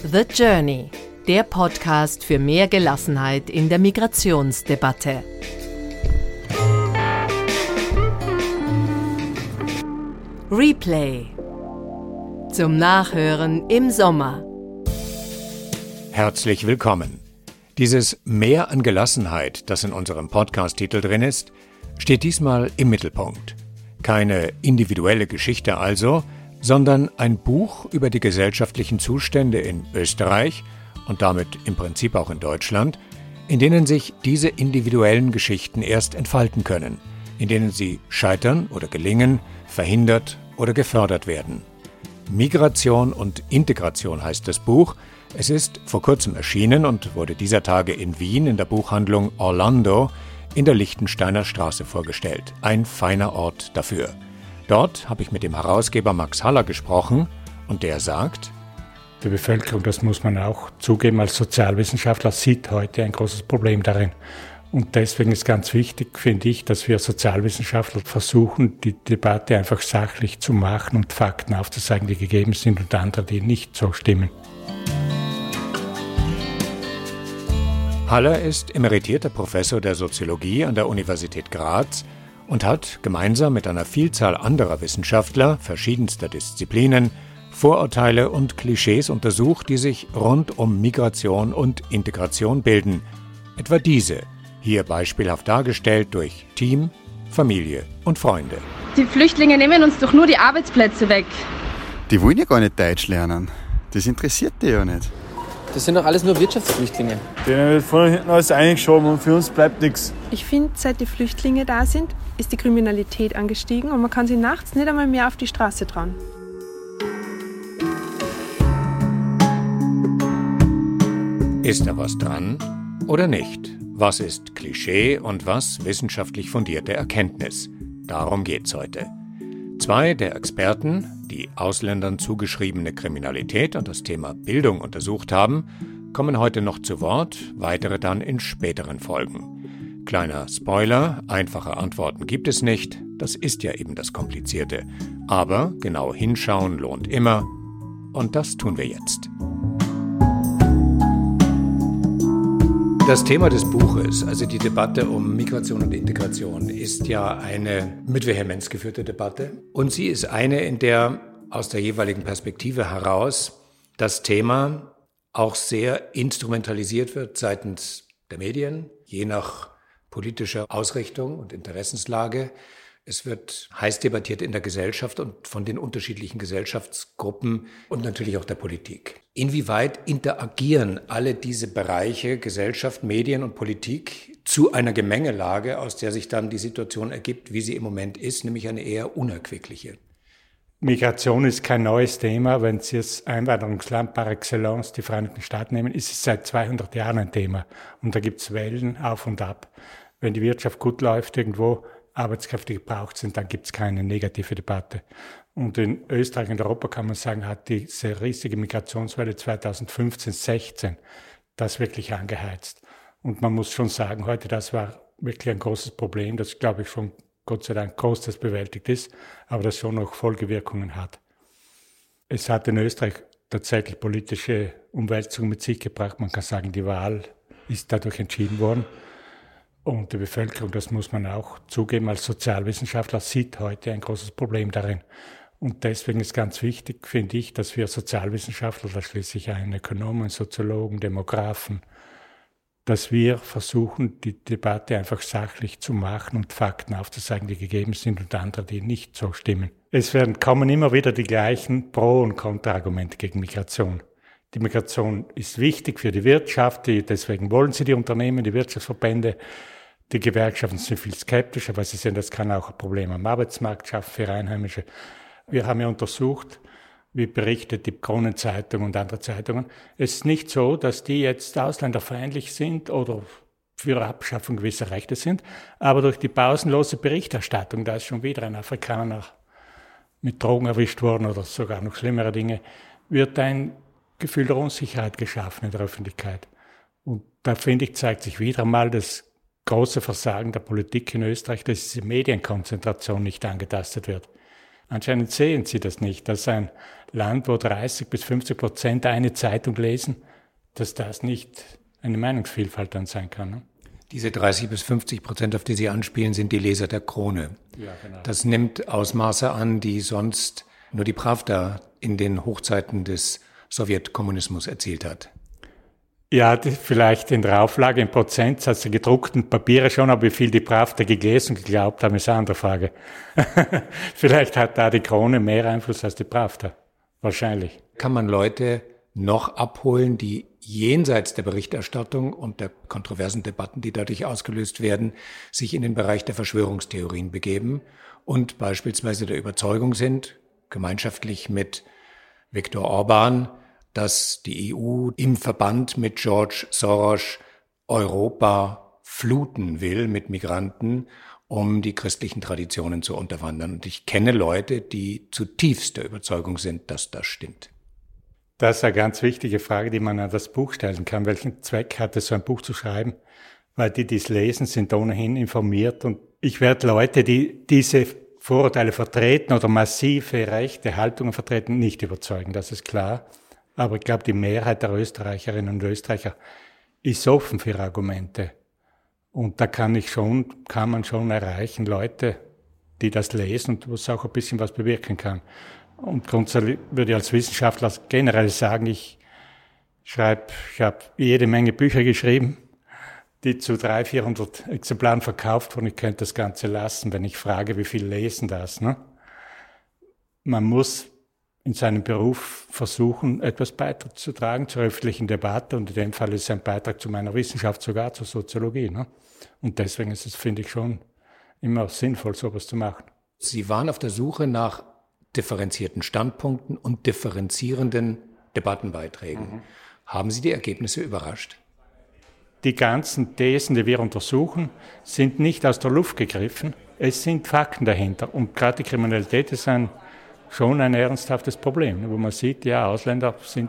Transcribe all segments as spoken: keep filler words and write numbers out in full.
The Journey, der Podcast für mehr Gelassenheit in der Migrationsdebatte. Replay. Zum Nachhören im Sommer. Herzlich willkommen. Dieses Mehr an Gelassenheit, das in unserem Podcast-Titel drin ist, steht diesmal im Mittelpunkt. Keine individuelle Geschichte also, sondern ein Buch über die gesellschaftlichen Zustände in Österreich und damit im Prinzip auch in Deutschland, in denen sich diese individuellen Geschichten erst entfalten können, in denen sie scheitern oder gelingen, verhindert oder gefördert werden. Migration und Integration heißt das Buch. Es ist vor kurzem erschienen und wurde dieser Tage in Wien in der Buchhandlung Orlando in der Lichtensteiner Straße vorgestellt. Ein feiner Ort dafür. Dort habe ich mit dem Herausgeber Max Haller gesprochen und der sagt: Die Bevölkerung, das muss man auch zugeben, als Sozialwissenschaftler sieht heute ein großes Problem darin. Und deswegen ist ganz wichtig, finde ich, dass wir Sozialwissenschaftler versuchen, die Debatte einfach sachlich zu machen und Fakten aufzuzeigen, die gegeben sind und andere, die nicht so stimmen. Haller ist emeritierter Professor der Soziologie an der Universität Graz und hat gemeinsam mit einer Vielzahl anderer Wissenschaftler verschiedenster Disziplinen Vorurteile und Klischees untersucht, die sich rund um Migration und Integration bilden. Etwa diese, hier beispielhaft dargestellt durch Team, Familie und Freunde. Die Flüchtlinge nehmen uns doch nur die Arbeitsplätze weg. Die wollen ja gar nicht Deutsch lernen. Das interessiert die ja nicht. Das sind doch alles nur Wirtschaftsflüchtlinge. Denen wird von hinten alles eingeschoben und für uns bleibt nichts. Ich finde, seit die Flüchtlinge da sind, ist die Kriminalität angestiegen und man kann sich nachts nicht einmal mehr auf die Straße trauen. Ist da was dran oder nicht? Was ist Klischee und was wissenschaftlich fundierte Erkenntnis? Darum geht's heute. Zwei der Experten, die Ausländern zugeschriebene Kriminalität und das Thema Bildung untersucht haben, kommen heute noch zu Wort, weitere dann in späteren Folgen. Kleiner Spoiler, einfache Antworten gibt es nicht, das ist ja eben das Komplizierte. Aber genau hinschauen lohnt immer und das tun wir jetzt. Das Thema des Buches, also die Debatte um Migration und Integration, ist ja eine mit Vehemenz geführte Debatte. Und sie ist eine, in der aus der jeweiligen Perspektive heraus das Thema auch sehr instrumentalisiert wird seitens der Medien, je nach politischer Ausrichtung und Interessenslage. Es wird heiß debattiert in der Gesellschaft und von den unterschiedlichen Gesellschaftsgruppen und natürlich auch der Politik. Inwieweit interagieren alle diese Bereiche, Gesellschaft, Medien und Politik, zu einer Gemengelage, aus der sich dann die Situation ergibt, wie sie im Moment ist, nämlich eine eher unerquickliche? Migration ist kein neues Thema. Wenn Sie das Einwanderungsland par excellence, die Vereinigten Staaten, nehmen, ist es seit zweihundert Jahren ein Thema. Und da gibt es Wellen auf und ab. Wenn die Wirtschaft gut läuft irgendwo, Arbeitskräfte gebraucht sind, dann gibt es keine negative Debatte. Und in Österreich und Europa kann man sagen, hat diese riesige Migrationswelle zweitausendfünfzehn sechzehn das wirklich angeheizt. Und man muss schon sagen, heute, das war wirklich ein großes Problem, das, glaube ich, schon Gott sei Dank großteils bewältigt ist, aber das schon noch Folgewirkungen hat. Es hat in Österreich tatsächlich politische Umwälzungen mit sich gebracht. Man kann sagen, die Wahl ist dadurch entschieden worden. Und die Bevölkerung, das muss man auch zugeben, als Sozialwissenschaftler sieht heute ein großes Problem darin. Und deswegen ist ganz wichtig, finde ich, dass wir Sozialwissenschaftler, da schließlich einen Ökonomen, Soziologen, Demografen, dass wir versuchen, die Debatte einfach sachlich zu machen und Fakten aufzuzeigen, die gegeben sind und andere, die nicht so stimmen. Es werden kommen immer wieder die gleichen Pro- und Kontraargumente gegen Migration. Die Migration ist wichtig für die Wirtschaft, die, deswegen wollen sie die Unternehmen, die Wirtschaftsverbände. Die Gewerkschaften sind viel skeptischer, weil sie sehen, das kann auch ein Problem am Arbeitsmarkt schaffen für Einheimische. Wir haben ja untersucht, wie berichtet die Kronenzeitung und andere Zeitungen. Es ist nicht so, dass die jetzt ausländerfeindlich sind oder für Abschaffung gewisser Rechte sind, aber durch die pausenlose Berichterstattung, da ist schon wieder ein Afrikaner mit Drogen erwischt worden oder sogar noch schlimmere Dinge, wird ein Gefühl der Unsicherheit geschaffen in der Öffentlichkeit. Und da, finde ich, zeigt sich wieder einmal das große Versagen der Politik in Österreich, dass diese Medienkonzentration nicht angetastet wird. Anscheinend sehen sie das nicht, dass ein Land, wo dreißig bis fünfzig Prozent eine Zeitung lesen, dass das nicht eine Meinungsvielfalt dann sein kann. Ne? Diese dreißig bis fünfzig Prozent, auf die Sie anspielen, sind die Leser der Krone. Ja, genau. Das nimmt Ausmaße an, die sonst nur die Pravda in den Hochzeiten des Sowjetkommunismus erzielt hat. Ja, die, vielleicht in der Auflage im Prozentsatz der gedruckten Papiere schon, aber wie viel die Pravda gelesen und geglaubt haben, ist eine andere Frage. Vielleicht hat da die Krone mehr Einfluss als die Pravda. Wahrscheinlich. Kann man Leute noch abholen, die jenseits der Berichterstattung und der kontroversen Debatten, die dadurch ausgelöst werden, sich in den Bereich der Verschwörungstheorien begeben und beispielsweise der Überzeugung sind, gemeinschaftlich mit Viktor Orban, dass die E U im Verband mit George Soros Europa fluten will mit Migranten, um die christlichen Traditionen zu unterwandern. Und ich kenne Leute, die zutiefst der Überzeugung sind, dass das stimmt. Das ist eine ganz wichtige Frage, die man an das Buch stellen kann. Welchen Zweck hat es, so ein Buch zu schreiben? Weil die, die es lesen, sind ohnehin informiert. Und ich werde Leute, die diese Vorurteile vertreten oder massive rechte Haltungen vertreten, nicht überzeugen. Das ist klar. Aber ich glaube, die Mehrheit der Österreicherinnen und Österreicher ist offen für Argumente. Und da kann ich schon, kann man schon erreichen, Leute, die das lesen und was auch ein bisschen was bewirken kann. Und grundsätzlich würde ich als Wissenschaftler generell sagen, ich schreibe, ich habe jede Menge Bücher geschrieben, die zu dreihundert, vierhundert Exemplaren verkauft wurden. Ich könnte das Ganze lassen, wenn ich frage, wie viel lesen das. Ne? Man muss in seinem Beruf versuchen, etwas beizutragen zur öffentlichen Debatte. Und in dem Fall ist es ein Beitrag zu meiner Wissenschaft, sogar zur Soziologie. Ne? Und deswegen ist es, finde ich, schon immer sinnvoll, sowas zu machen. Sie waren auf der Suche nach differenzierten Standpunkten und differenzierenden Debattenbeiträgen. Mhm. Haben Sie die Ergebnisse überrascht? Die ganzen Thesen, die wir untersuchen, sind nicht aus der Luft gegriffen. Es sind Fakten dahinter. Und gerade die Kriminalität ist ein, schon ein ernsthaftes Problem, wo man sieht, ja, Ausländer sind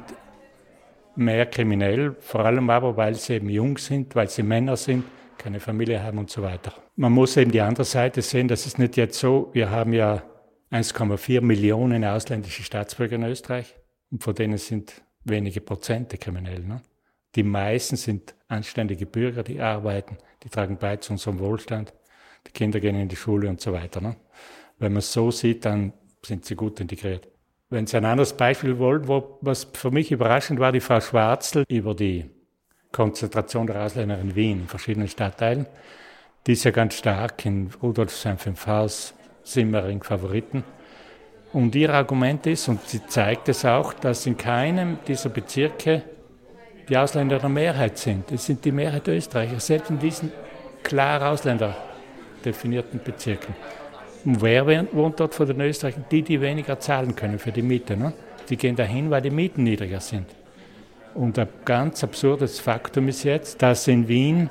mehr kriminell, vor allem aber, weil sie eben jung sind, weil sie Männer sind, keine Familie haben und so weiter. Man muss eben die andere Seite sehen, das ist nicht jetzt so, wir haben ja eins Komma vier Millionen ausländische Staatsbürger in Österreich und von denen sind wenige Prozente kriminell. Ne? Die meisten sind anständige Bürger, die arbeiten, die tragen bei zu unserem Wohlstand, die Kinder gehen in die Schule und so weiter. Ne? Wenn man es so sieht, dann sind sie gut integriert. Wenn Sie ein anderes Beispiel wollen, wo, was für mich überraschend war, die Frau Schwarzl über die Konzentration der Ausländer in Wien, in verschiedenen Stadtteilen, die ist ja ganz stark in Rudolfsheim, Fünfhaus, Simmering Favoriten. Und ihr Argument ist, und sie zeigt es auch, dass in keinem dieser Bezirke die Ausländer der Mehrheit sind. Es sind die Mehrheit der Österreicher, selbst in diesen klar Ausländer definierten Bezirken. Und wer wohnt dort von den Österreichern? Die, die weniger zahlen können für die Miete. Ne? Die gehen dahin, weil die Mieten niedriger sind. Und ein ganz absurdes Faktum ist jetzt, dass in Wien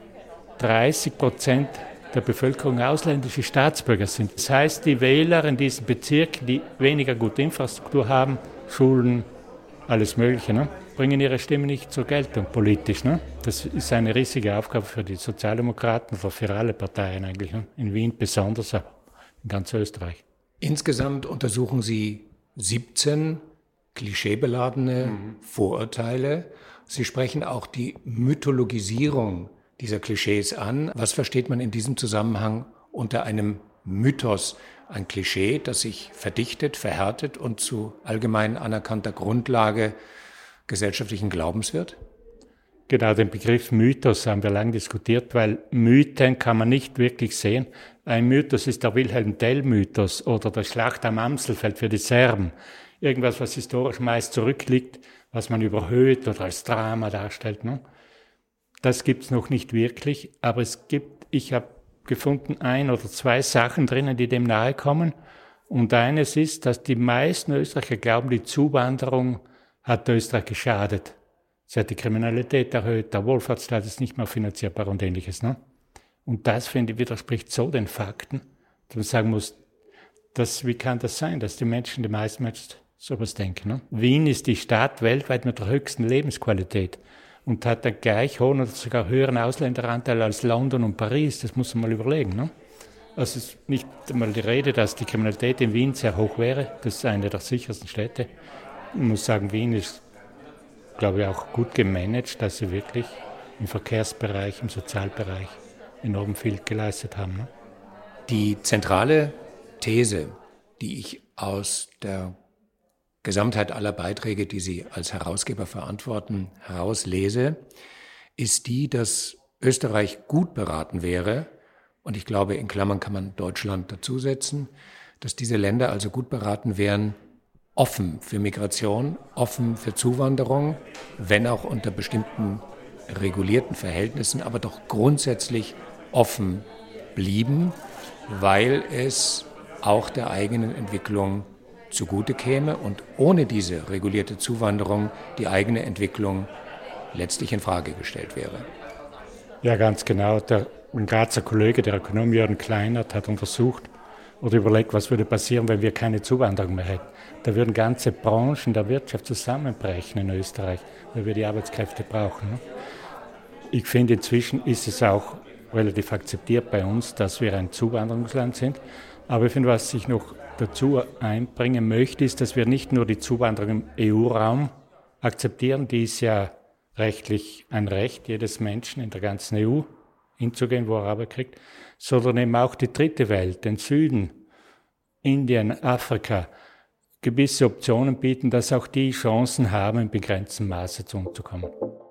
dreißig Prozent der Bevölkerung ausländische Staatsbürger sind. Das heißt, die Wähler in diesen Bezirken, die weniger gute Infrastruktur haben, Schulen, alles Mögliche, ne, bringen ihre Stimme nicht zur Geltung politisch. Ne? Das ist eine riesige Aufgabe für die Sozialdemokraten, für, für alle Parteien eigentlich. Ne? In Wien besonders, aber in ganz Österreich. Insgesamt untersuchen Sie siebzehn klischeebeladene mhm. Vorurteile. Sie sprechen auch die Mythologisierung dieser Klischees an. Was versteht man in diesem Zusammenhang unter einem Mythos? Ein Klischee, das sich verdichtet, verhärtet und zu allgemein anerkannter Grundlage gesellschaftlichen Glaubens wird? Genau, den Begriff Mythos haben wir lange diskutiert, weil Mythen kann man nicht wirklich sehen. Ein Mythos ist der Wilhelm Tell-Mythos oder der Schlacht am Amselfeld für die Serben. Irgendwas, was historisch meist zurückliegt, was man überhöht oder als Drama darstellt. Ne? Das gibt's noch nicht wirklich, aber es gibt, ich habe gefunden, ein oder zwei Sachen drinnen, die dem nahe kommen. Und eines ist, dass die meisten Österreicher glauben, die Zuwanderung hat Österreich geschadet. Sie hat die Kriminalität erhöht, der Wohlfahrtsstaat ist nicht mehr finanzierbar und Ähnliches. Ne? Und das, finde ich, widerspricht so den Fakten, dass man sagen muss, dass, wie kann das sein, dass die Menschen, die meisten Menschen sowas denken. Ne? Wien ist die Stadt weltweit mit der höchsten Lebensqualität und hat einen gleich hohen oder sogar höheren Ausländeranteil als London und Paris. Das muss man mal überlegen. Ne? Also es ist nicht einmal die Rede, dass die Kriminalität in Wien sehr hoch wäre. Das ist eine der sichersten Städte. Ich muss sagen, Wien ist, glaube ich, auch gut gemanagt, dass sie wirklich im Verkehrsbereich, im Sozialbereich enorm viel geleistet haben. Ne? Die zentrale These, die ich aus der Gesamtheit aller Beiträge, die Sie als Herausgeber verantworten, herauslese, ist die, dass Österreich gut beraten wäre, und ich glaube, in Klammern kann man Deutschland dazusetzen, dass diese Länder also gut beraten wären, offen für Migration, offen für Zuwanderung, wenn auch unter bestimmten regulierten Verhältnissen, aber doch grundsätzlich offen blieben, weil es auch der eigenen Entwicklung zugute käme und ohne diese regulierte Zuwanderung die eigene Entwicklung letztlich in Frage gestellt wäre. Ja, ganz genau. Der, ein Grazer Kollege, der Ökonom Jörn Kleinert, hat untersucht oder überlegt, was würde passieren, wenn wir keine Zuwanderung mehr hätten. Da würden ganze Branchen der Wirtschaft zusammenbrechen in Österreich, weil wir die Arbeitskräfte brauchen. Ich finde, inzwischen ist es auch relativ akzeptiert bei uns, dass wir ein Zuwanderungsland sind. Aber ich finde, was ich noch dazu einbringen möchte, ist, dass wir nicht nur die Zuwanderung im E U-Raum akzeptieren, die ist ja rechtlich ein Recht jedes Menschen in der ganzen E U, hinzugehen, wo er Arbeit kriegt, sondern eben auch die dritte Welt, den Süden, Indien, Afrika, gewisse Optionen bieten, dass auch die Chancen haben, in begrenztem Maße zu uns zu kommen.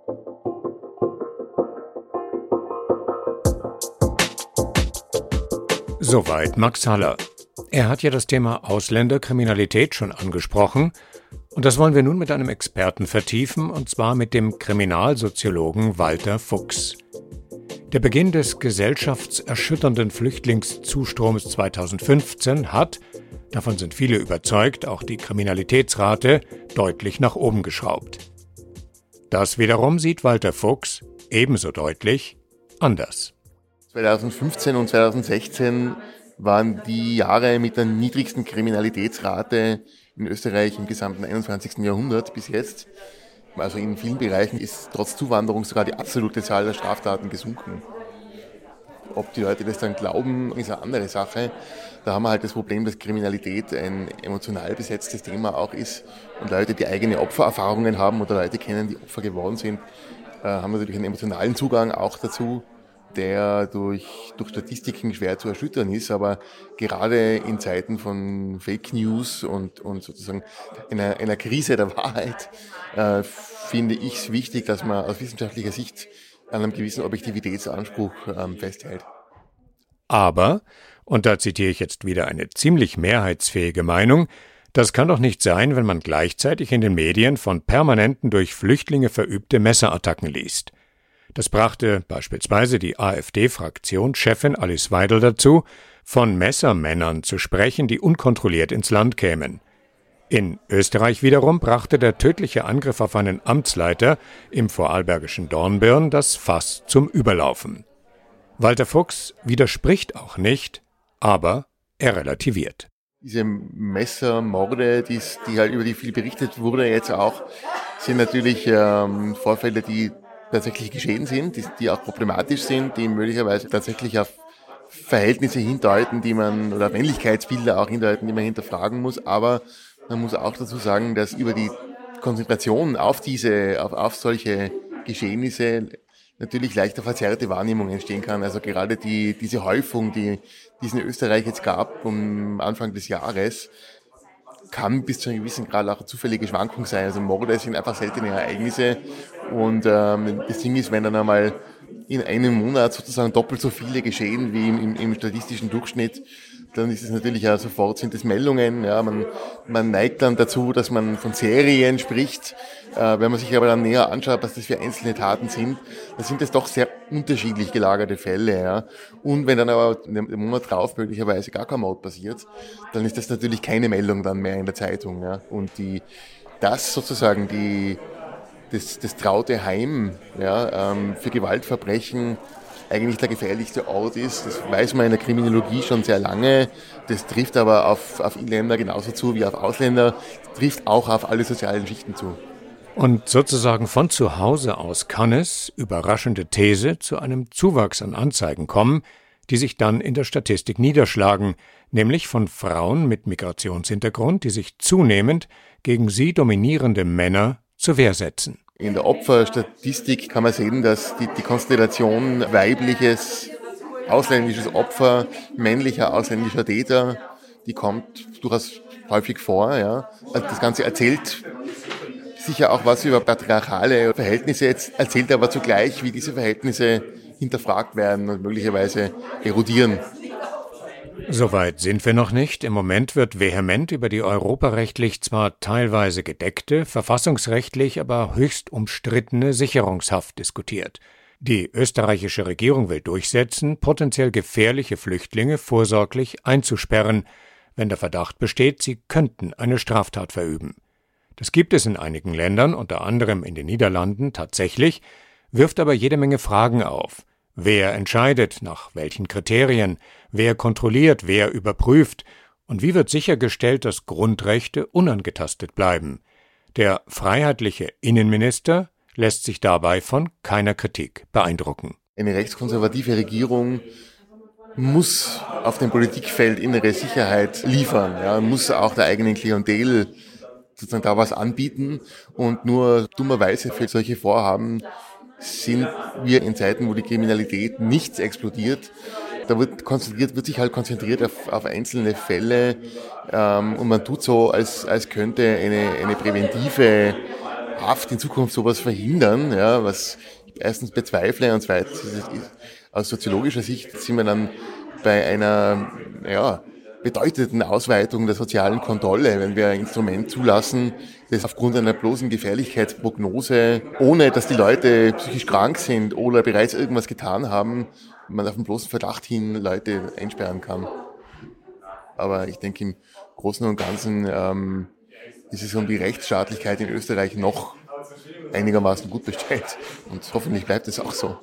Soweit Max Haller. Er hat ja das Thema Ausländerkriminalität schon angesprochen und das wollen wir nun mit einem Experten vertiefen, und zwar mit dem Kriminalsoziologen Walter Fuchs. Der Beginn des gesellschaftserschütternden Flüchtlingszustroms zweitausendfünfzehn hat, davon sind viele überzeugt, auch die Kriminalitätsrate deutlich nach oben geschraubt. Das wiederum sieht Walter Fuchs ebenso deutlich anders. zweitausendfünfzehn und zweitausendsechzehn waren die Jahre mit der niedrigsten Kriminalitätsrate in Österreich im gesamten einundzwanzigsten Jahrhundert bis jetzt. Also in vielen Bereichen ist trotz Zuwanderung sogar die absolute Zahl der Straftaten gesunken. Ob die Leute das dann glauben, ist eine andere Sache. Da haben wir halt das Problem, dass Kriminalität ein emotional besetztes Thema auch ist und Leute, die eigene Opfererfahrungen haben oder Leute kennen, die Opfer geworden sind, haben natürlich einen emotionalen Zugang auch dazu, der durch, durch Statistiken schwer zu erschüttern ist, aber gerade in Zeiten von Fake News und, und sozusagen einer, einer Krise der Wahrheit äh, finde ich es wichtig, dass man aus wissenschaftlicher Sicht an einem gewissen Objektivitätsanspruch ähm, festhält. Aber, und da zitiere ich jetzt wieder eine ziemlich mehrheitsfähige Meinung, das kann doch nicht sein, wenn man gleichzeitig in den Medien von permanenten durch Flüchtlinge verübte Messerattacken liest. Das brachte beispielsweise die AfD-Fraktionschefin Alice Weidel dazu, von Messermännern zu sprechen, die unkontrolliert ins Land kämen. In Österreich wiederum brachte der tödliche Angriff auf einen Amtsleiter im vorarlbergischen Dornbirn das Fass zum Überlaufen. Walter Fuchs widerspricht auch nicht, aber er relativiert. Diese Messermorde, die, die halt über die viel berichtet wurde jetzt auch, sind natürlich ähm, Vorfälle, die tatsächlich geschehen sind, die, die auch problematisch sind, die möglicherweise tatsächlich auf Verhältnisse hindeuten, die man, oder Männlichkeitsbilder auch hindeuten, die man hinterfragen muss. Aber man muss auch dazu sagen, dass über die Konzentration auf diese, auf, auf solche Geschehnisse natürlich leichter verzerrte Wahrnehmung entstehen kann. Also gerade die, diese Häufung, die, die es in Österreich jetzt gab, am Anfang des Jahres, kann bis zu einem gewissen Grad auch eine zufällige Schwankung sein. Also Morde sind einfach seltene Ereignisse und ähm, das Ding ist, wenn dann einmal in einem Monat sozusagen doppelt so viele geschehen wie im, im, im statistischen Durchschnitt, dann ist es natürlich ja sofort, sind es Meldungen, ja, man, man neigt dann dazu, dass man von Serien spricht, äh, wenn man sich aber dann näher anschaut, was das für einzelne Taten sind, dann sind das doch sehr unterschiedlich gelagerte Fälle, ja, und wenn dann aber im Monat drauf möglicherweise gar kein Mord passiert, dann ist das natürlich keine Meldung dann mehr in der Zeitung, ja, und die, das sozusagen die, das, das traute Heim, ja, ähm, für Gewaltverbrechen eigentlich der gefährlichste Ort ist. Das weiß man in der Kriminologie schon sehr lange. Das trifft aber auf, auf Inländer genauso zu wie auf Ausländer. Das trifft auch auf alle sozialen Schichten zu. Und sozusagen von zu Hause aus kann es, überraschende These, zu einem Zuwachs an Anzeigen kommen, die sich dann in der Statistik niederschlagen, nämlich von Frauen mit Migrationshintergrund, die sich zunehmend gegen sie dominierende Männer zur Wehr setzen. In der Opferstatistik kann man sehen, dass die, die Konstellation weibliches, ausländisches Opfer, männlicher, ausländischer Täter, die kommt durchaus häufig vor. Ja. Also das Ganze erzählt sicher auch was über patriarchale Verhältnisse, jetzt erzählt aber zugleich, wie diese Verhältnisse hinterfragt werden und möglicherweise erodieren. Soweit sind wir noch nicht. Im Moment wird vehement über die europarechtlich zwar teilweise gedeckte, verfassungsrechtlich aber höchst umstrittene Sicherungshaft diskutiert. Die österreichische Regierung will durchsetzen, potenziell gefährliche Flüchtlinge vorsorglich einzusperren, wenn der Verdacht besteht, sie könnten eine Straftat verüben. Das gibt es in einigen Ländern, unter anderem in den Niederlanden, tatsächlich, wirft aber jede Menge Fragen auf. Wer entscheidet, nach welchen Kriterien, wer kontrolliert, wer überprüft und wie wird sichergestellt, dass Grundrechte unangetastet bleiben? Der freiheitliche Innenminister lässt sich dabei von keiner Kritik beeindrucken. Eine rechtskonservative Regierung muss auf dem Politikfeld innere Sicherheit liefern, ja, muss auch der eigenen Klientel sozusagen da was anbieten und nur dummerweise für solche Vorhaben sind wir in Zeiten, wo die Kriminalität nichts explodiert. Da wird konzentriert, wird sich halt konzentriert auf, auf einzelne Fälle ähm, und man tut so, als, als könnte eine, eine präventive Haft in Zukunft sowas verhindern, ja, was ich erstens bezweifle und zweitens aus soziologischer Sicht sind wir dann bei einer ja, bedeutenden Ausweitung der sozialen Kontrolle, wenn wir ein Instrument zulassen, das aufgrund einer bloßen Gefährlichkeitsprognose, ohne dass die Leute psychisch krank sind oder bereits irgendwas getan haben, man auf den bloßen Verdacht hin Leute einsperren kann. Aber ich denke, im Großen und Ganzen ähm, ist es um die Rechtsstaatlichkeit in Österreich noch einigermaßen gut bestellt. Und hoffentlich bleibt es auch so.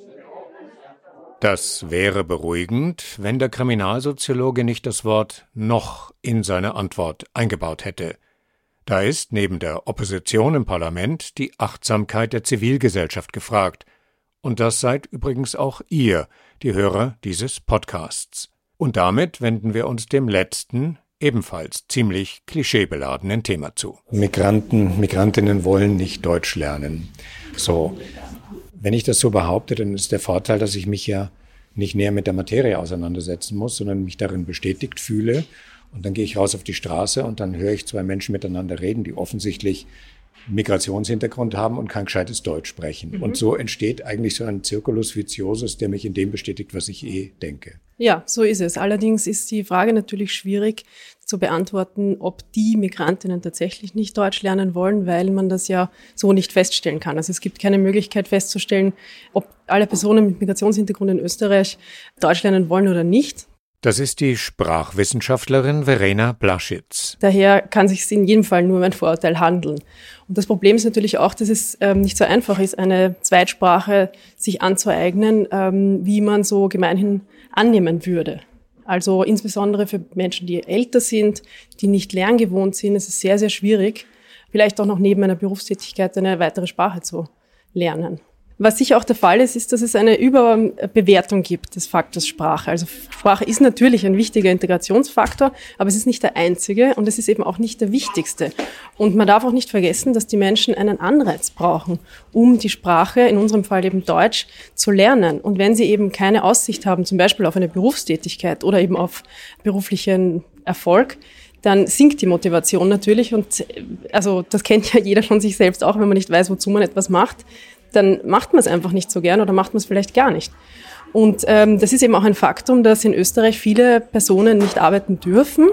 Das wäre beruhigend, wenn der Kriminalsoziologe nicht das Wort »noch« in seine Antwort eingebaut hätte. Da ist neben der Opposition im Parlament die Achtsamkeit der Zivilgesellschaft gefragt. Und das seid übrigens auch ihr, die Hörer dieses Podcasts. Und damit wenden wir uns dem letzten, ebenfalls ziemlich klischeebeladenen Thema zu. Migranten, Migrantinnen wollen nicht Deutsch lernen. So, wenn ich das so behaupte, dann ist der Vorteil, dass ich mich ja nicht näher mit der Materie auseinandersetzen muss, sondern mich darin bestätigt fühle. Und dann gehe ich raus auf die Straße und dann höre ich zwei Menschen miteinander reden, die offensichtlich Migrationshintergrund haben und kein gescheites Deutsch sprechen. Mhm. Und so entsteht eigentlich so ein Circulus viciosus, der mich in dem bestätigt, was ich eh denke. Ja, so ist es. Allerdings ist die Frage natürlich schwierig zu beantworten, ob die Migrantinnen tatsächlich nicht Deutsch lernen wollen, weil man das ja so nicht feststellen kann. Also es gibt keine Möglichkeit festzustellen, ob alle Personen mit Migrationshintergrund in Österreich Deutsch lernen wollen oder nicht. Das ist die Sprachwissenschaftlerin Verena Blaschitz. Daher kann es sich in jedem Fall nur um ein Vorurteil handeln. Und das Problem ist natürlich auch, dass es ähm, nicht so einfach ist, eine Zweitsprache sich anzueignen, ähm, wie man so gemeinhin annehmen würde. Also insbesondere für Menschen, die älter sind, die nicht lerngewohnt sind, ist es sehr, sehr schwierig, vielleicht auch noch neben einer Berufstätigkeit eine weitere Sprache zu lernen. Was sicher auch der Fall ist, ist, dass es eine Überbewertung gibt des Faktors Sprache. Also Sprache ist natürlich ein wichtiger Integrationsfaktor, aber es ist nicht der einzige und es ist eben auch nicht der wichtigste. Und man darf auch nicht vergessen, dass die Menschen einen Anreiz brauchen, um die Sprache, in unserem Fall eben Deutsch, zu lernen. Und wenn sie eben keine Aussicht haben, zum Beispiel auf eine Berufstätigkeit oder eben auf beruflichen Erfolg, dann sinkt die Motivation natürlich. Und also das kennt ja jeder von sich selbst auch, wenn man nicht weiß, wozu man etwas macht, dann macht man es einfach nicht so gern oder macht man es vielleicht gar nicht. Und ähm, das ist eben auch ein Faktum, dass in Österreich viele Personen nicht arbeiten dürfen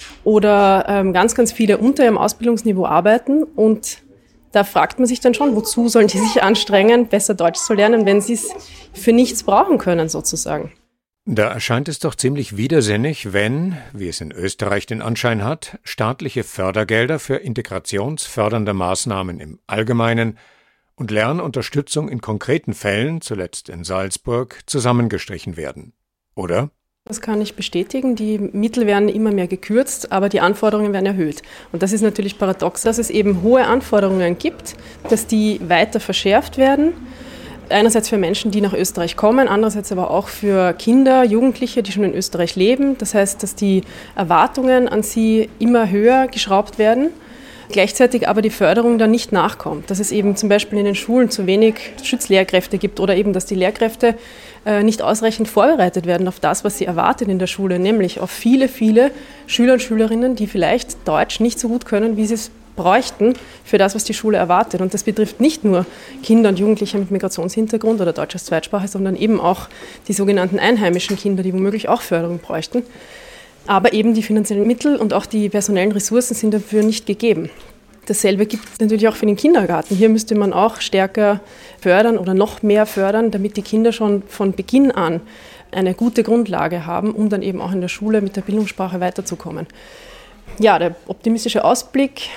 oder ähm, ganz, ganz viele unter ihrem Ausbildungsniveau arbeiten. Und da fragt man sich dann schon, wozu sollen die sich anstrengen, besser Deutsch zu lernen, wenn sie es für nichts brauchen können sozusagen. Da erscheint es doch ziemlich widersinnig, wenn, wie es in Österreich den Anschein hat, staatliche Fördergelder für integrationsfördernde Maßnahmen im Allgemeinen und Lernunterstützung in konkreten Fällen, zuletzt in Salzburg, zusammengestrichen werden. Oder? Das kann ich bestätigen. Die Mittel werden immer mehr gekürzt, aber die Anforderungen werden erhöht. Und das ist natürlich paradox, dass es eben hohe Anforderungen gibt, dass die weiter verschärft werden. Einerseits für Menschen, die nach Österreich kommen, andererseits aber auch für Kinder, Jugendliche, die schon in Österreich leben. Das heißt, dass die Erwartungen an sie immer höher geschraubt werden, gleichzeitig aber die Förderung dann nicht nachkommt. Dass es eben zum Beispiel in den Schulen zu wenig Schutzlehrkräfte gibt oder eben, dass die Lehrkräfte äh, nicht ausreichend vorbereitet werden auf das, was sie erwartet in der Schule, nämlich auf viele, viele Schüler und Schülerinnen, die vielleicht Deutsch nicht so gut können, wie sie es bräuchten für das, was die Schule erwartet. Und das betrifft nicht nur Kinder und Jugendliche mit Migrationshintergrund oder Deutsch als Zweitsprache, sondern eben auch die sogenannten einheimischen Kinder, die womöglich auch Förderung bräuchten. Aber eben die finanziellen Mittel und auch die personellen Ressourcen sind dafür nicht gegeben. Dasselbe gibt es natürlich auch für den Kindergarten. Hier müsste man auch stärker fördern oder noch mehr fördern, damit die Kinder schon von Beginn an eine gute Grundlage haben, um dann eben auch in der Schule mit der Bildungssprache weiterzukommen. Ja, der optimistische Ausblick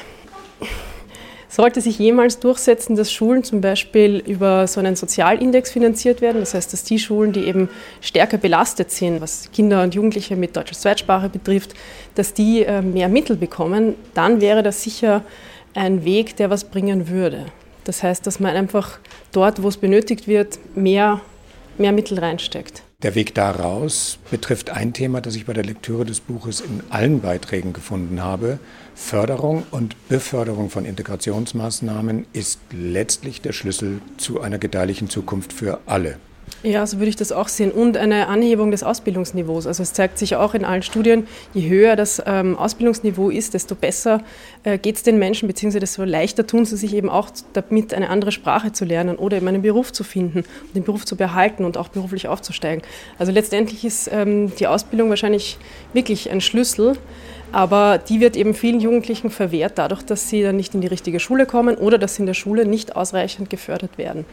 sollte sich jemals durchsetzen, dass Schulen zum Beispiel über so einen Sozialindex finanziert werden. Das heißt, dass die Schulen, die eben stärker belastet sind, was Kinder und Jugendliche mit Deutsch als Zweitsprache betrifft, dass die mehr Mittel bekommen, dann wäre das sicher ein Weg, der was bringen würde. Das heißt, dass man einfach dort, wo es benötigt wird, mehr, mehr Mittel reinsteckt. Der Weg daraus betrifft ein Thema, das ich bei der Lektüre des Buches in allen Beiträgen gefunden habe. Förderung und Beförderung von Integrationsmaßnahmen ist letztlich der Schlüssel zu einer gedeihlichen Zukunft für alle. Ja, so würde ich das auch sehen. Und eine Anhebung des Ausbildungsniveaus. Also es zeigt sich auch in allen Studien, je höher das ähm, Ausbildungsniveau ist, desto besser äh, geht es den Menschen, beziehungsweise desto leichter tun sie sich eben auch damit, eine andere Sprache zu lernen oder eben einen Beruf zu finden und den Beruf zu behalten und auch beruflich aufzusteigen. Also letztendlich ist ähm, die Ausbildung wahrscheinlich wirklich ein Schlüssel. Aber die wird eben vielen Jugendlichen verwehrt, dadurch, dass sie dann nicht in die richtige Schule kommen oder dass sie in der Schule nicht ausreichend gefördert werden.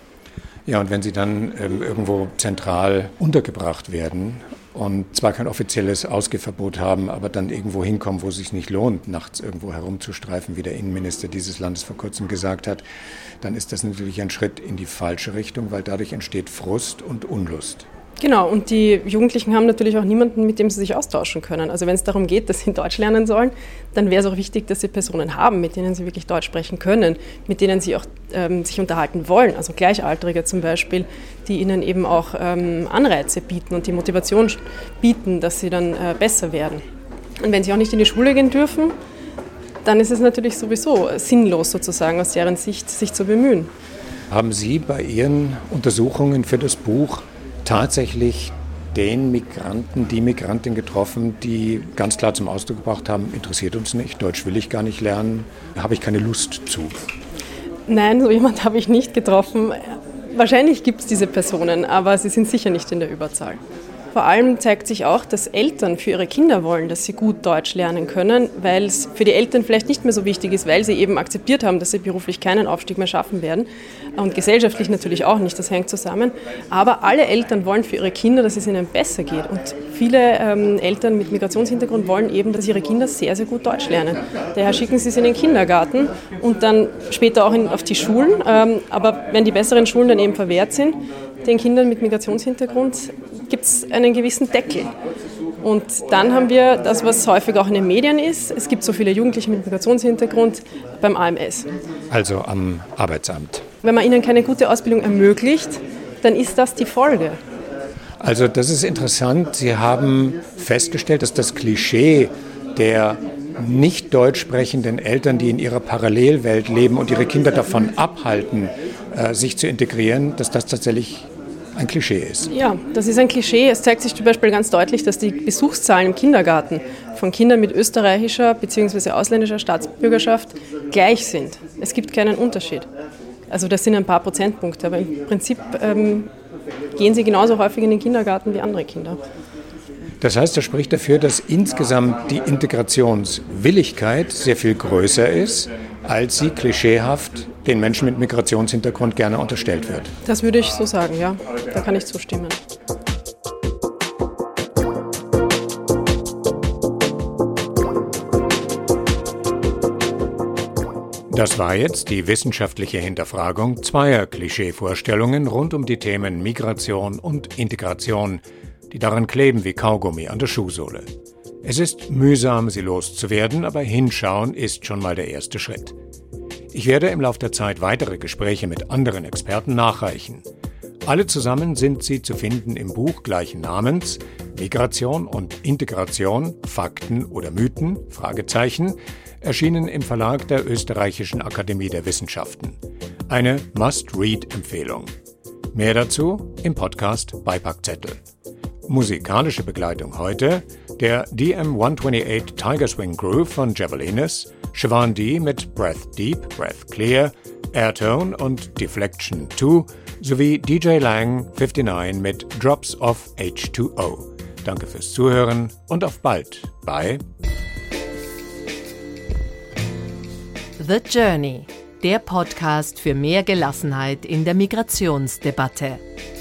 Ja, und wenn sie dann ähm, irgendwo zentral untergebracht werden und zwar kein offizielles Ausgehverbot haben, aber dann irgendwo hinkommen, wo es sich nicht lohnt, nachts irgendwo herumzustreifen, wie der Innenminister dieses Landes vor kurzem gesagt hat, dann ist das natürlich ein Schritt in die falsche Richtung, weil dadurch entsteht Frust und Unlust. Genau, und die Jugendlichen haben natürlich auch niemanden, mit dem sie sich austauschen können. Also wenn es darum geht, dass sie Deutsch lernen sollen, dann wäre es auch wichtig, dass sie Personen haben, mit denen sie wirklich Deutsch sprechen können, mit denen sie auch ähm, sich unterhalten wollen, also Gleichaltrige zum Beispiel, die ihnen eben auch ähm, Anreize bieten und die Motivation bieten, dass sie dann äh, besser werden. Und wenn sie auch nicht in die Schule gehen dürfen, dann ist es natürlich sowieso sinnlos sozusagen aus deren Sicht, sich zu bemühen. Haben Sie bei Ihren Untersuchungen für das Buch tatsächlich den Migranten, die Migrantin getroffen, die ganz klar zum Ausdruck gebracht haben, interessiert uns nicht, Deutsch will ich gar nicht lernen, habe ich keine Lust zu? Nein, so jemand habe ich nicht getroffen. Wahrscheinlich gibt es diese Personen, aber sie sind sicher nicht in der Überzahl. Vor allem zeigt sich auch, dass Eltern für ihre Kinder wollen, dass sie gut Deutsch lernen können, weil es für die Eltern vielleicht nicht mehr so wichtig ist, weil sie eben akzeptiert haben, dass sie beruflich keinen Aufstieg mehr schaffen werden und gesellschaftlich natürlich auch nicht, das hängt zusammen. Aber alle Eltern wollen für ihre Kinder, dass es ihnen besser geht und viele ähm, Eltern mit Migrationshintergrund wollen eben, dass ihre Kinder sehr, sehr gut Deutsch lernen. Daher schicken sie sie in den Kindergarten und dann später auch in, auf die Schulen, ähm, aber wenn die besseren Schulen dann eben verwehrt sind, den Kindern mit Migrationshintergrund gibt es einen gewissen Deckel. Und dann haben wir das, was häufig auch in den Medien ist. Es gibt so viele Jugendliche mit Migrationshintergrund beim A M S. Also am Arbeitsamt. Wenn man ihnen keine gute Ausbildung ermöglicht, dann ist das die Folge. Also das ist interessant. Sie haben festgestellt, dass das Klischee der nicht deutsch sprechenden Eltern, die in ihrer Parallelwelt leben und ihre Kinder davon abhalten, sich zu integrieren, dass das tatsächlich ein Klischee ist. Ja, das ist ein Klischee. Es zeigt sich zum Beispiel ganz deutlich, dass die Besuchszahlen im Kindergarten von Kindern mit österreichischer bzw. ausländischer Staatsbürgerschaft gleich sind. Es gibt keinen Unterschied. Also das sind ein paar Prozentpunkte, aber im Prinzip ähm, gehen sie genauso häufig in den Kindergarten wie andere Kinder. Das heißt, das spricht dafür, dass insgesamt die Integrationswilligkeit sehr viel größer ist, als sie klischeehaft den Menschen mit Migrationshintergrund gerne unterstellt wird. Das würde ich so sagen, ja. Da kann ich zustimmen. Das war jetzt die wissenschaftliche Hinterfragung zweier Klischeevorstellungen rund um die Themen Migration und Integration, die daran kleben wie Kaugummi an der Schuhsohle. Es ist mühsam, sie loszuwerden, aber hinschauen ist schon mal der erste Schritt. Ich werde im Laufe der Zeit weitere Gespräche mit anderen Experten nachreichen. Alle zusammen sind sie zu finden im Buch gleichen Namens Migration und Integration, Fakten oder Mythen? Fragezeichen, erschienen im Verlag der Österreichischen Akademie der Wissenschaften. Eine Must-Read-Empfehlung. Mehr dazu im Podcast Beipackzettel. Musikalische Begleitung heute der D M hundertachtundzwanzig Tiger Swing Groove von Javelinas, Siobhan D. mit Breath Deep, Breath Clear, Airtone und Deflection zwei sowie D J Lang neunundfünfzig mit Drops of H zwei O. Danke fürs Zuhören und auf bald bei The Journey, der Podcast für mehr Gelassenheit in der Migrationsdebatte.